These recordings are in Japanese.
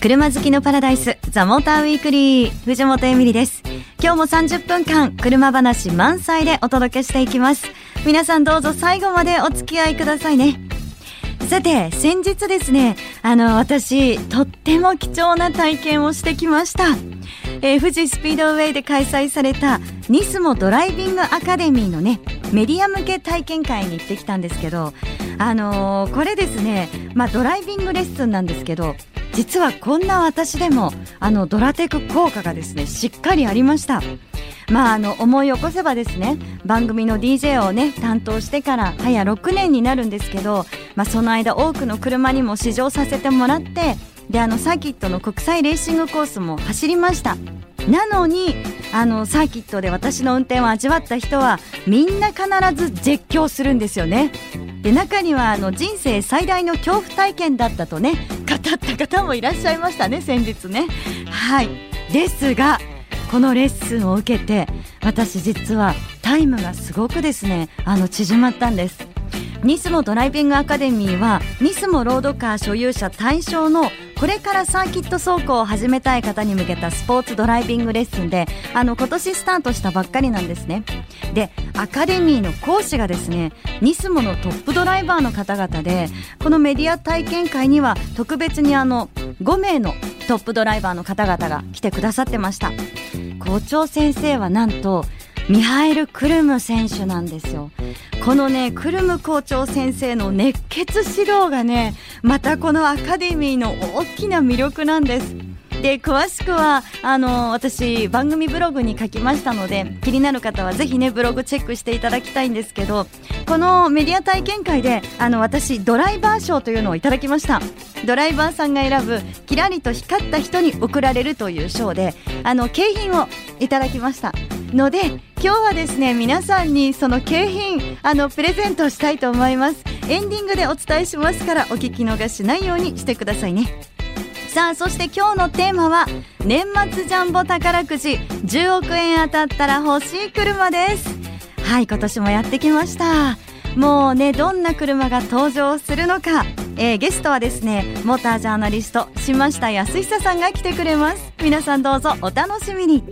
車好きのパラダイス、ザ・モーターウィークリー、藤本エミリです。今日も30分間車話満載でお届けしていきます。皆さんどうぞ最後までお付き合いくださいね。さて、先日ですね、私とっても貴重な体験をしてきました。富士スピードウェイで開催されたニスモドライビングアカデミーのね、メディア向け体験会に行ってきたんですけど、これですね、ドライビングレッスンなんですけど、実はこんな私でもドラテク効果がですね、しっかりありました。思い起こせばですね、番組の DJ をね担当してから早6年になるんですけど、その間多くの車にも試乗させてもらって、でサーキットの国際レーシングコースも走りました。なのにサーキットで私の運転を味わった人はみんな必ず絶叫するんですよね。で、中には人生最大の恐怖体験だったとね語った方もいらっしゃいましたね、先日ね。はい。ですがこのレッスンを受けて、私実はタイムがすごくですね縮まったんです。ニスモドライビングアカデミーはニスモロードカー所有者対象のこれからサーキット走行を始めたい方に向けたスポーツドライビングレッスンで、今年スタートしたばっかりなんですね。で、アカデミーの講師がですね、ニスモのトップドライバーの方々で、このメディア体験会には特別に5名のトップドライバーの方々が来てくださってました。校長先生はなんとミハエル・クルム選手なんですよ。このね、クルム校長先生の熱血指導がね、またこのアカデミーの大きな魅力なんです。で、詳しくは私番組ブログに書きましたので、気になる方はぜひねブログチェックしていただきたいんですけど、このメディア体験会で私ドライバー賞というのをいただきました。ドライバーさんが選ぶキラリと光った人に贈られるという賞で景品をいただきましたので、今日はですね、皆さんにその景品プレゼントしたいと思います。エンディングでお伝えしますから、お聞き逃しないようにしてくださいね。さあ、そして今日のテーマは年末ジャンボ宝くじ10億円当たったら欲しい車です。はい、今年もやってきました。もうね、どんな車が登場するのか、ゲストはですね、モータージャーナリスト島下康久さんが来てくれます。皆さんどうぞお楽しみに。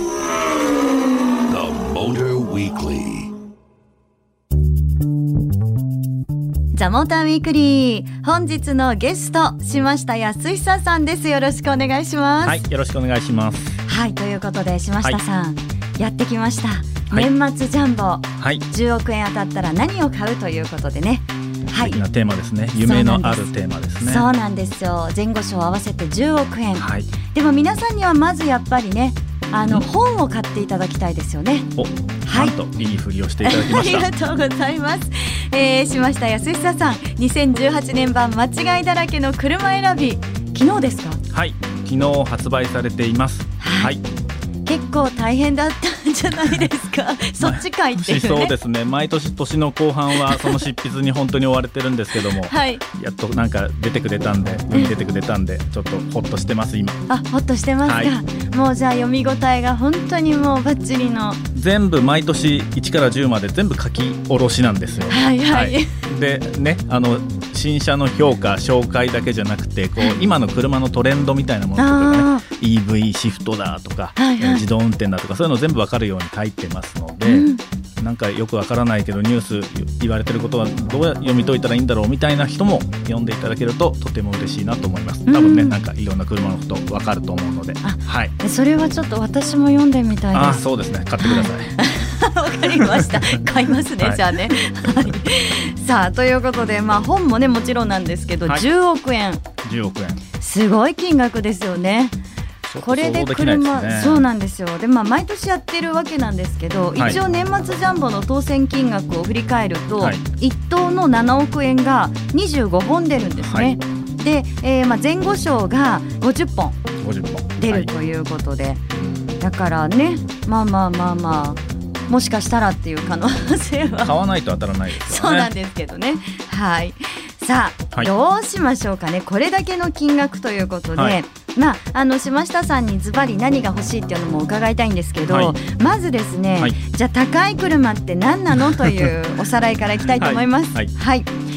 ザ・モーターウィークリー、本日のゲスト島下康久さんです。よろしくお願いします。 はい、よろしくお願いします。 はい、ということで島下さん、やってきました、年末ジャンボ、10億円当たったら何を買うということでね、 素敵なテーマですね。夢のあるテーマですね。 そうなんですよ。前後賞合わせて10億円、でも皆さんにはまずやっぱりね、本を買っていただきたいですよね。 なんといいふりをしていただきましたありがとうございます。島下康久さん、2018年版間違いだらけの車選び、昨日ですか？ はい、昨日発売されています。はい、 結構大変だったんじゃないですか？そっちかいっていうね。 そうですね。毎年年の後半はその執筆に本当に追われてるんですけども、やっとなんか出てくれたんで、出てくれたんで、ちょっとホッとしてます今。 ホッとしてますか？もうじゃあ読み応えが本当にもうバッチリの。 全部毎年1から10まで全部書き下ろしなんですよ。でね、新車の評価紹介だけじゃなくて、こう今の車のトレンドみたいなものとかね、EV シフトだとか、自動運転だとか、そういうの全部わかるように書いてますので、なんかよくわからないけどニュース言われてることはどう読み解いたらいいんだろうみたいな人も読んでいただけるととても嬉しいなと思います。多分ね、なんかいろんな車のことわかると思うので、 それはちょっと私も読んでみたいです。 そうですね、買ってください。 わかりました。買いますね、じゃあね。さあ、ということで、本もねもちろんなんですけど、10億円、すごい金額ですよね。これで車、そうなんですよ。で、毎年やってるわけなんですけど、一応年末ジャンボの当選金額を振り返ると、1等の7億円が25本出るんですね。で、前後賞が50本出るということで、だからね、もしかしたらっていう可能性は買わないと当たらないですよね。 そうなんですけどね。さあ、どうしましょうかね。これだけの金額ということで、島下さんにズバリ何が欲しいっていうのも伺いたいんですけど、まずですね、じゃあ高い車って何なのというおさらいからいきたいと思います。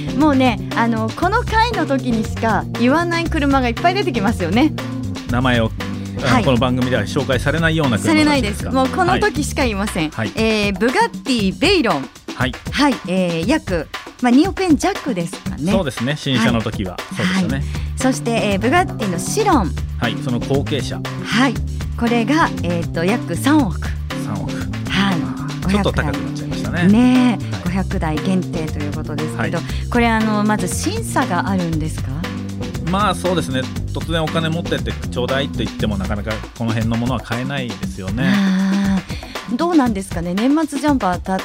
もうねこの回の時にしか言わない車がいっぱい出てきますよね。 名前をこの番組では紹介されないような車されないです。もうこの時しか言いません、 はいブガッティベイロン、 はいはい、約、2億円弱ですかね。 そうですね、新車の時は、そうでしたね、はい、 そして、ブガッティのシロン、 はい、その後継者、 はい、これが、約3億、はい、 ちょっと高くなっちゃいましたね。 ね、はい、500台限定ということですけど、はい、これまず審査があるんですか？ まあそうですね、突然お金持ってってちょうだいと言ってもなかなかこの辺のものは買えないですよね。 どうなんですかね、年末ジャンパー当たって、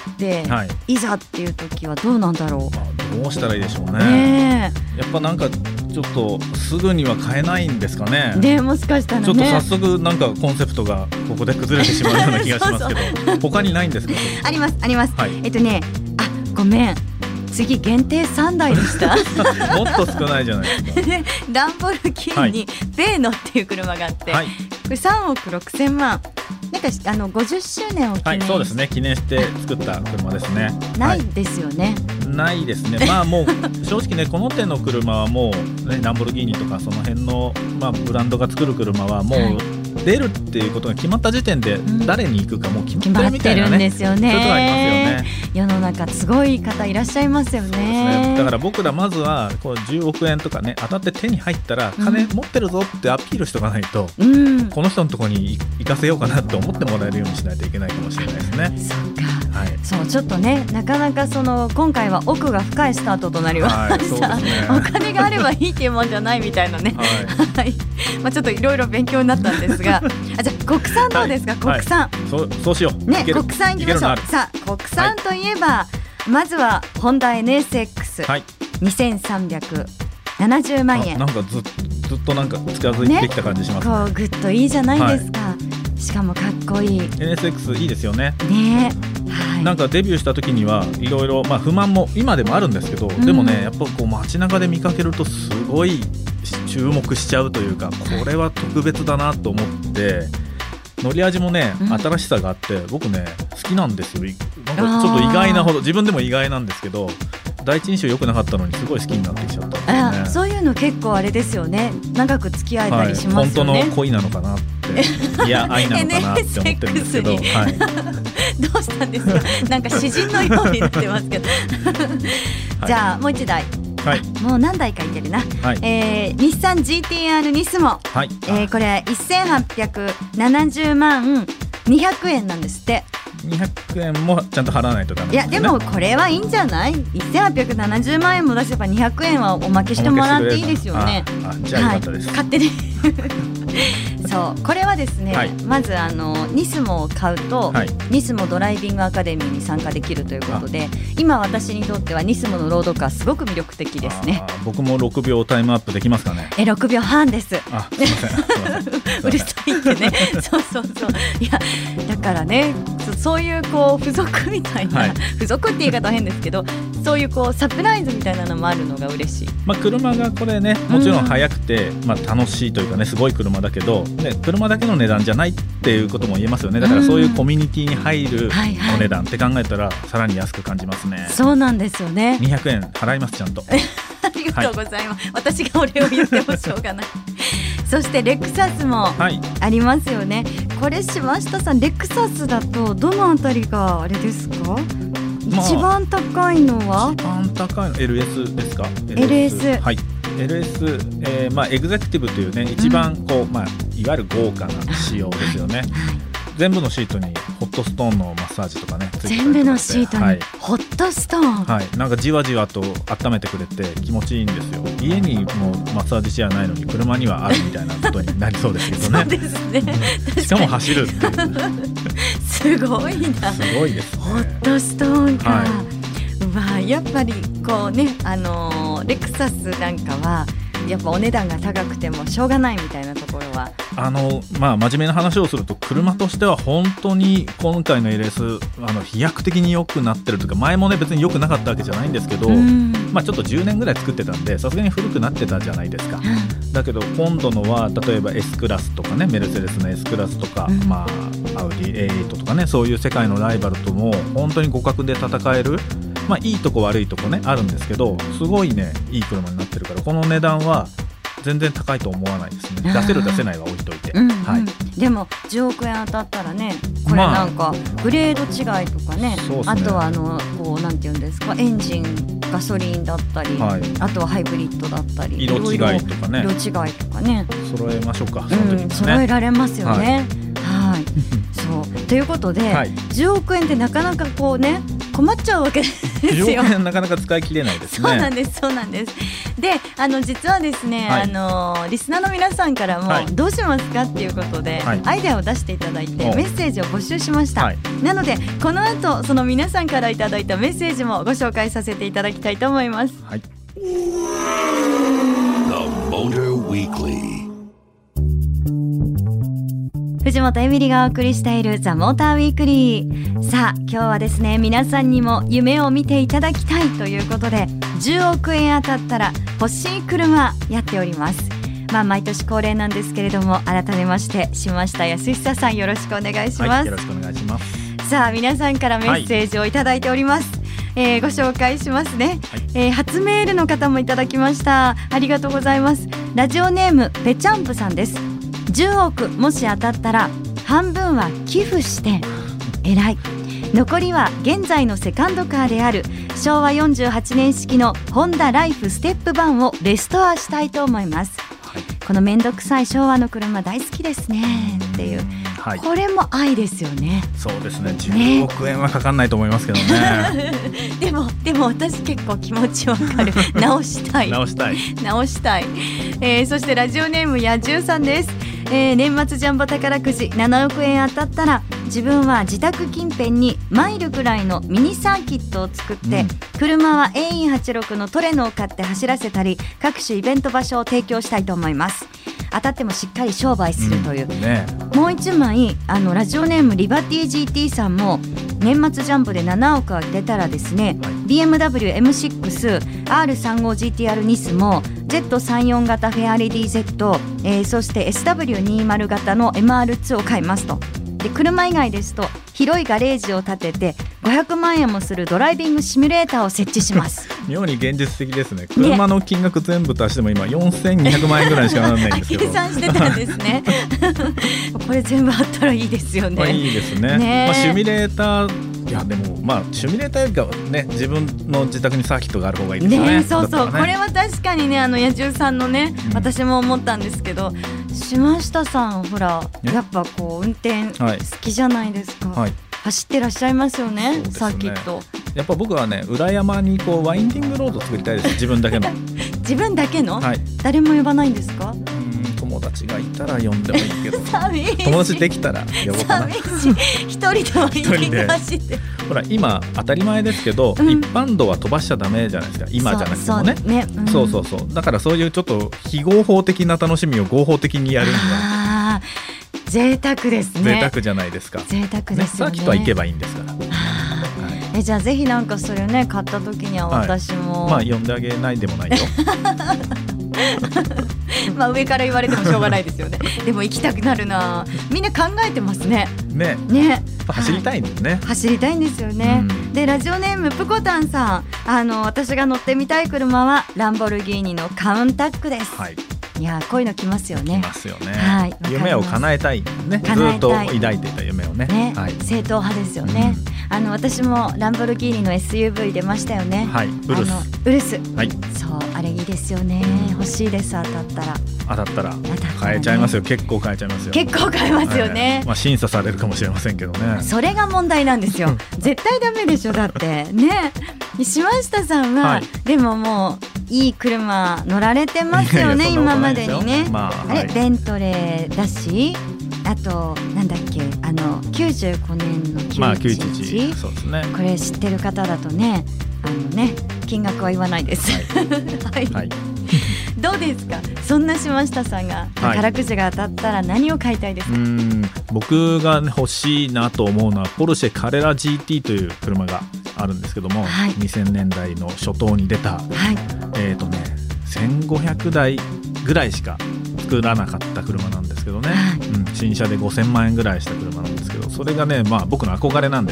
はい、 いざっていう時はどうなんだろう。 どうしたらいいでしょうね。やっぱなんかちょっとすぐには買えないんですかね。 もしかしたらね、 ちょっと早速なんかコンセプトがここで崩れてしまうような気がしますけどそう他にないんですか？ ありますあります、 はい、 ごめん、次限定3台でしたもっと少ないじゃないですかランボルギーニ、ベーノっていう車があって、はい、これ3億6,000万、なんか50周年を記念、 はい、そうですね、記念して作った車ですね。 ないですよね、 はい、ないですね。まあもう正直ね、この手の車はもう、ね、ランボルギーニとかその辺の、ブランドが作る車はもう、出るっていうことが決まった時点で誰に行くかもう決まってるみたいなね、 決まってるんですよね。 そういうことありますよね。 世の中すごい方いらっしゃいますよね。 そうですね、だから僕らまずはこう10億円とかね当たって手に入ったら金持ってるぞってアピールしとかないと、この人のところに行かせようかなって思ってもらえるようにしないといけないかもしれないですね。 そうか、はい、そうちょっとね、なかなか今回は奥が深いスタートとなりました、はいね、お金があればいいっていうもんじゃないみたいなね、はい、ちょっといろいろ勉強になったんですがじゃあ国産どうですか、国産、 そうしようね、 国産いきましょう。さあ国産といえば、まずはホンダ NSX、はい、2370万円。 なんかずっとなんか近づいてきた感じしますね。 こうグッといいじゃないですか、はい、しかもかっこいい NSX いいですよね。 はい、 なんかデビューした時にはいろいろ不満も今でもあるんですけど、でもねやっぱこう街中で見かけるとすごい注目しちゃうというか、これは特別だなと思って、乗り味もね新しさがあって僕ね好きなんですよ。なんかちょっと意外なほど、自分でも意外なんですけど、第一印象良くなかったのにすごい好きになってきちゃったんですね。そういうの結構あれですよね、長く付き合えたりしますよね、 本当の恋なのかなっていや愛なのかなって思ってるんですけど、はい、 どうしたんですかなんか詩人のようになってますけどじゃあもう一台、はい、もう何台かいてるな、はい、日産 GTR ニスモ、はい、これ1870万200円なんですって。 200円もちゃんと払わないとダメですね。 いやでもこれはいいんじゃない？ 1870 万円も出せば200円はおまけしてもらっていいですよね。 じゃあよかったです、 はい、勝手にそうこれはですね、はい、まずニスモを買うと、はい、ニスモドライビングアカデミーに参加できるということで、今私にとってはニスモのロードカーすごく魅力的ですね。 僕も6秒タイムアップできますかね。 6秒半です。 すいませんうるさいってねそういやだからね、そういうこう付属みたいな、はい、付属って言い方は変ですけど、そういうこうサプライズみたいなのもあるのが嬉しい。 車がこれねもちろん速くて、楽しいというかねすごい車だけど、ね、車だけの値段じゃないっていうことも言えますよね。だからそういうコミュニティに入るお値段って考えたらさらに安く感じますね。 そうなんですよね。 200円払いますちゃんとありがとうございます、はい、私がお礼を言ってもしょうがないそしてレクサスもありますよね、はい、これ島下さん、レクサスだとどのあたりがあれですか？一番高いのは？ 一番高いの LS ですか？ LS、 はい、LS、エグゼクティブというね一番こう、いわゆる豪華な仕様ですよね、はい、全部のシートにホットストーンのマッサージとかねついてたりとかして、 全部のシートにホットストーン、 はい、なんかじわじわと温めてくれて気持ちいいんですよ。家にもマッサージチェアないのに車にはあるみたいなことになりそうですけどねそうですね、 しかも走るっていうすごいな、 すごいですね。 ホットストーンか、はい、やっぱりこうね、レクサスなんかはやっぱお値段が高くてもしょうがないみたいなところは真面目な話をすると車としては本当に今回の LS 飛躍的に良くなってるというか、前もね別に良くなかったわけじゃないんですけど、ちょっと10年ぐらい作ってたんでさすがに古くなってたじゃないですか、だけど今度のは例えば S クラスとかね、メルセデスの S クラスとか、アウディ A8 とかね、そういう世界のライバルとも本当に互角で戦えるいいとこ悪いとこねあるんですけど、すごいねいい車になってるから、この値段は全然高いと思わないですね。出せる出せないは置いといて、はい、 でも10億円当たったらね、これなんかグレード違いとかね、あとはこうなんていうんですか、エンジンガソリンだったり、あとはハイブリッドだったり、 色違いとかね、揃えましょうか、その時にね、 揃えられますよね。はい、そうということで、10億円ってなかなかこうね困っちゃうわけですよ。 10億円なかなか使い切れないですね。 そうなんです、そうなんです。で、実はですね、リスナーの皆さんからもどうしますかっていうことで、アイデアを出していただいてメッセージを募集しました。なのでこの後その皆さんからいただいたメッセージもご紹介させていただきたいと思います。 はい。 藤本エミリがお送りしているザ・モーターウィークリー。さあ今日はですね、皆さんにも夢を見ていただきたいということで、10億円当たったら欲しい車やっております。毎年恒例なんですけれども、改めまして島下康久さん、よろしくお願いします。 よろしくお願いします。 さあ皆さんからメッセージをいただいております。ご紹介しますね。初メールの方もいただきました。ありがとうございます。ラジオネームペチャンプさんです。10億もし当たったら半分は寄付して偉い、残りは現在のセカンドカーである昭和48年式のホンダライフステップ版をレストアしたいと思います。このめんどくさい昭和の車大好きですねっていう、これも愛ですよね。 そうですね、10億円はかかんないと思いますけどね。 でも私結構気持ちわかる。直したい直したいそしてラジオネームやじゅうさんです。年末ジャンボ宝くじ7億円当たったら、自分は自宅近辺にマイルぐらいのミニサーキットを作って、車は AE86 のトレノを買って走らせたり、各種イベント場所を提供したいと思います。当たってもしっかり商売するという、もう一枚ラジオネームリバティ GT さんも、年末ジャンボで7億が出たらですね、BMW M6、R35GTR ニスモ、Z34 型フェアレディ Z、そして SW20 型の MR2 を買いますと。で、車以外ですと広いガレージを建てて500万円もするドライビングシミュレーターを設置します。 妙に現実的ですね。車の金額全部足しても今4200万円ぐらいしかならないんですけど計算してたんですね。これ全部あったらいいですよね。 いいですね。シミュレーター、いやでもシミュレーターよりかはね、自分の自宅にサーキットがある方がいいですよね。 そうそう、これは確かにね、野獣さんのね、私も思ったんですけど、島下さんほらやっぱこう運転好きじゃないですか。走ってらっしゃいますよね、サーキット。 やっぱ僕はね、裏山にこうワインディングロードを作りたいです。自分だけの自分だけの、誰も呼ばないんですか？ 友達がいたら呼んでもいいけど寂しい。 友達できたら呼ぼうかな。 寂しい。一人でワインディング走って。 ほら今当たり前ですけど、一般道は飛ばしちゃダメじゃないですか、今じゃなくてもね。そうだからそういうちょっと非合法的な楽しみを合法的にやるには贅沢ですね。 贅沢じゃないですか。 贅沢ですよね。 サーキットは行けばいいんですから。 じゃあぜひなんかそれをね、買った時には私も、 呼んであげないでもないよ。 上から言われてもしょうがないですよね。でも行きたくなるな。みんな考えてますね。 走りたいんですね。 走りたいんですよね。で、ラジオネームプコタンさん、私が乗ってみたい車はランボルギーニのカウンタックです。いや、こういうの来ますよね。 来ますよね。夢を叶えたいね。ずっと抱いていた夢をね。 正統派ですよね。私もランボルギーニの SUV 出ましたよね。ウルス。そう、あれいいですよね。欲しいです。当たったら買えちゃいますよ。結構買えちゃいますよ。結構買えますよね。審査されるかもしれませんけどね。それが問題なんですよ。絶対ダメでしょ。だってね。島下さんはでももういい車乗られてますよね。今までにね。ベントレーだし、あとなんだっけ、95年の911、 そうですね。 これ知ってる方だとね、金額は言わないです。どうですか、そんな島下さんが宝くじが当たったら何を買いたいですか？ 僕が、欲しいなと思うのはポルシェカレラ GT という車があるんですけども、2000年代の初頭に出た、1500台ぐらいしか作らなかった車なんですけどね、新車で5000万円ぐらいした車なんですけど、それがね、僕の憧れなんです。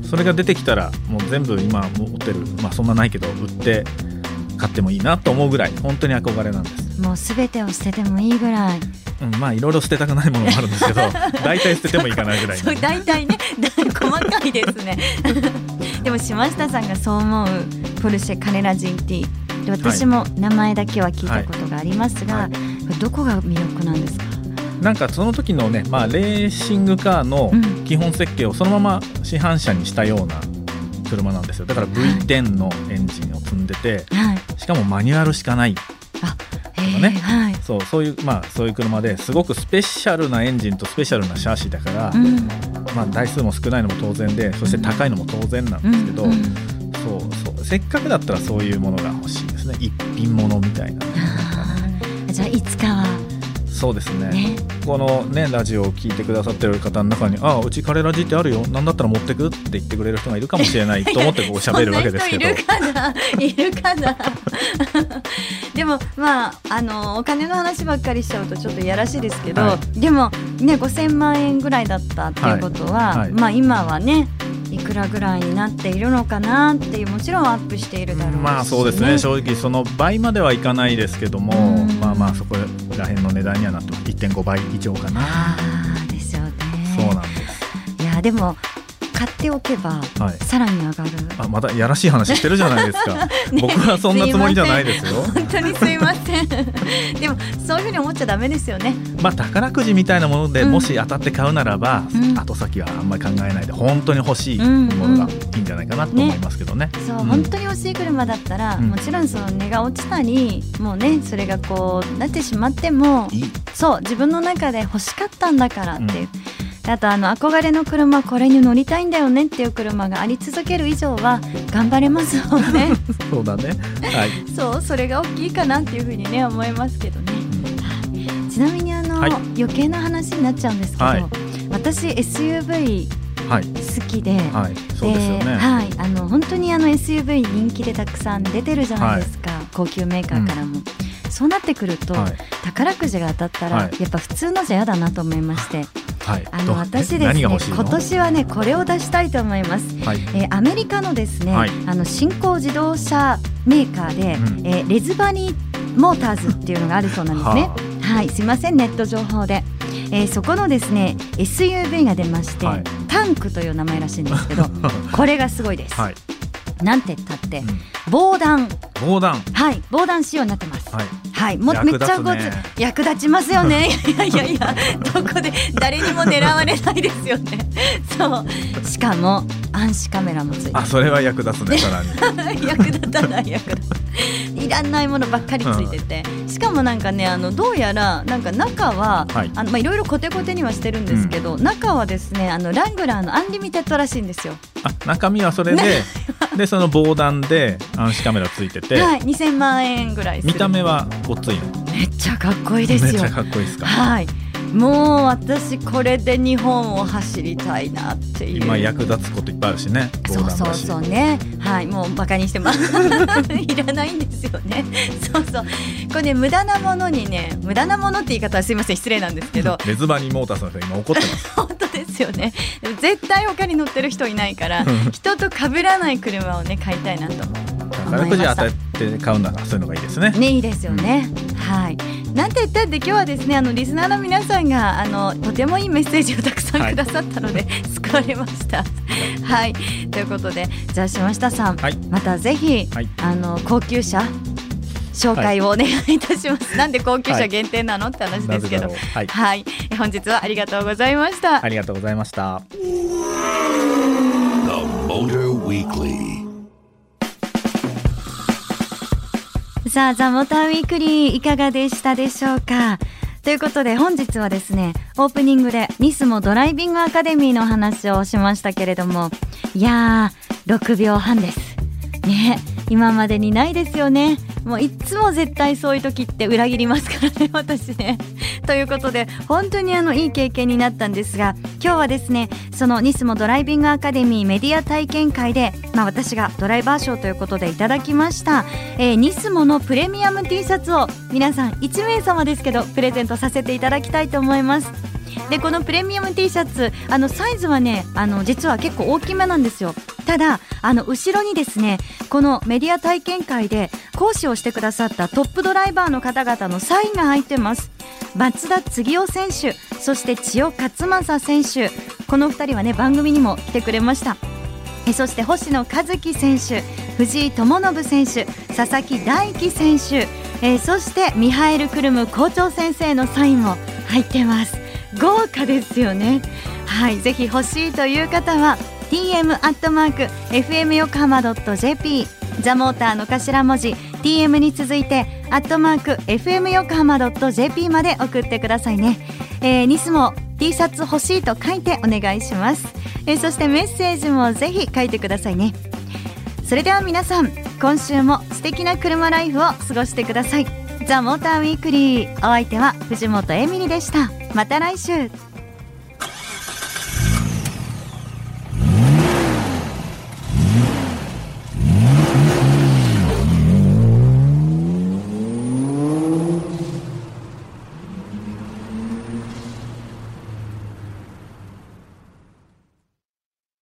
それが出てきたらもう全部今持ってる、そんなないけど売って買ってもいいなと思うぐらい本当に憧れなんです。 もう全てを捨ててもいいぐらい、 いろいろ捨てたくないものもあるんですけど大体捨ててもいいかなぐらいそう大体ね細かいですねでも島下さんがそう思うポルシェカネラ GT で、私も名前だけは聞いたことがありますが、どこが魅力なんですか？ なんかその時のね、レーシングカーの基本設計をそのまま市販車にしたような車なんですよ。だから V10 のエンジンを積んでて、しかもマニュアルしかないとかね、そういう車ですごくスペシャルなエンジンとスペシャルなシャシだから、台数も少ないのも当然で、そして高いのも当然なんですけど、そうせっかくだったらそういうものが欲しいですね。一品物みたいな、 じゃあいつかはそうですね、このねラジオを聞いてくださってる方の中にうちカレラ G ってあるよ、なんだったら持ってくって言ってくれる人がいるかもしれないと思ってこう喋るわけですけどいるかなでもお金の話ばっかりしちゃうとちょっといやらしいですけど、でもね5000万円ぐらいだったっていうことは、今はねいくらぐらいになっているのかなっていう、もちろんアップしているだろうし、 そうですね、正直その倍まではいかないですけども、そこら辺の値段にはなって 1.5 倍以上かな。 ですよね。 そうなんです。 いやでも買っておけばさらに上がる、 またやらしい話してるじゃないですか僕はそんなつもりじゃないですよ。 本当にすいませんでもそういうふうに思っちゃダメですよね。 宝くじみたいなものでもし当たって買うならば、後先はあんまり考えないで本当に欲しいものがいいんじゃないかなと思いますけどね。 本当に欲しい車だったら、もちろんその値が落ちたりもうねそれがこうなってしまってもそう自分の中で欲しかったんだからっていう、あと憧れの車これに乗りたいんだよねっていう車があり続ける以上は頑張れますもんねそうだね、 それが大きいかなっていうふうにね思いますけどね、ちなみに余計な話になっちゃうんですけど、私 SUV好きで、 そうですよね、 本当にSUV 人気でたくさん出てるじゃないですか、高級メーカーからも、そうなってくると、宝くじが当たったら、やっぱ普通のじゃ嫌だなと思いまして、私ですね今年はねこれを出したいと思います、アメリカのですね、新興自動車メーカーで、レズバニーモーターズっていうのがあるそうなんですね。すいませんネット情報で、そこのですね SUV が出まして、タンクという名前らしいんですけどこれがすごいです、なんて言ったって、防弾仕様になってます。もうめっちゃ役立ちますよねいやどこで誰にも狙われないですよねそうしかも暗視カメラもついてる。 それは役立つね。さらに役立たないいらないものばっかりついてて、しかもなんかねどうやらなんか中はいろいろコテコテにはしてるんですけど、中はですねラングラーのアンリミテッドらしいんですよ。 中身はそれででその防弾で暗視カメラついてて、 2000万円ぐらいする。 見た目はごっついの。 めっちゃかっこいいですよ。 めっちゃかっこいいですか。 もう私これで日本を走りたいなっていう。 今役立つこといっぱいあるしね。 そうね、もうバカにしてますいらないんですよね。これね無駄なものって言い方はすいません失礼なんですけどレズバニーモーターズの人今怒ってます本当ですよね。でも絶対他に乗ってる人いないから人と被らない車をね買いたいなと思いました。 宝くじ当たって買うならそういうのがいいですね。 いいですよね。なんて言ったって今日はですねリスナーの皆さんがとてもいいメッセージをたくさんくださったので、救われましたということで、じゃあ島下さん、またぜひ、高級車紹介をお願いいたします、なんで高級車限定なのって話ですけど、本日はありがとうございました。 ありがとうございました。 さあザ・モーターウィークリーいかがでしたでしょうか。ということで本日はですねオープニングでニスモドライビングアカデミーの話をしましたけれども、いやー6秒半ですね。今までにないですよね。もういつも絶対そういう時って裏切りますからね私ね。ということで本当にいい経験になったんですが、今日はですねそのニスモドライビングアカデミーメディア体験会で、私がドライバー賞ということでいただきました、ニスモのプレミアム T シャツを皆さん1名様ですけどプレゼントさせていただきたいと思います。 でこのプレミアム T シャツサイズはね実は結構大きめなんですよ。ただ後ろにですねこのメディア体験会で講師をしてくださったトップドライバーの方々のサインが入ってます。松田継夫選手、そして千代勝正選手、この2人はね番組にも来てくれました。そして星野一樹選手、藤井智信選手、佐々木大樹選手、そしてミハエル・クルム校長先生のサインも入ってます。豪華ですよね。はい、ぜひ欲しいという方は tm@fmyokohama.jp ザモーターの頭文字 tm に続いて@fmyokohama.jp まで送ってくださいね。ニスも T シャツ欲しいと書いてお願いします。そしてメッセージもぜひ書いてくださいね。それでは皆さん、今週も素敵な車ライフを過ごしてください。ザ・モーターウィークリー、お相手は藤本エミリでした。また来週。